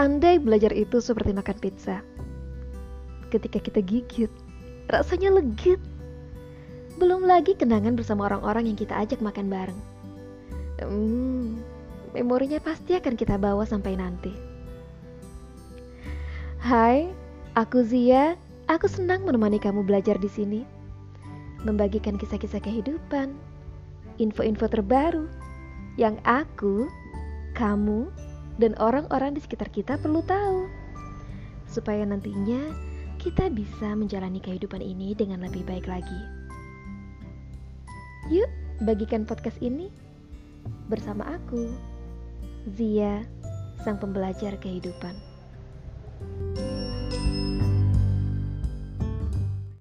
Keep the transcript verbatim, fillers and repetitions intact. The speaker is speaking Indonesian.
Andai belajar itu seperti makan pizza. Ketika kita gigit, rasanya legit. Belum lagi kenangan bersama orang-orang yang kita ajak makan bareng. Hmm, memorinya pasti akan kita bawa sampai nanti. Hai, aku Zia. Aku senang menemani kamu belajar di sini, membagikan kisah-kisah kehidupan, info-info terbaru yang aku, kamu, dan orang-orang di sekitar kita perlu tahu, supaya nantinya kita bisa menjalani kehidupan ini dengan lebih baik lagi. Yuk, bagikan podcast ini bersama aku, Zia, sang pembelajar kehidupan.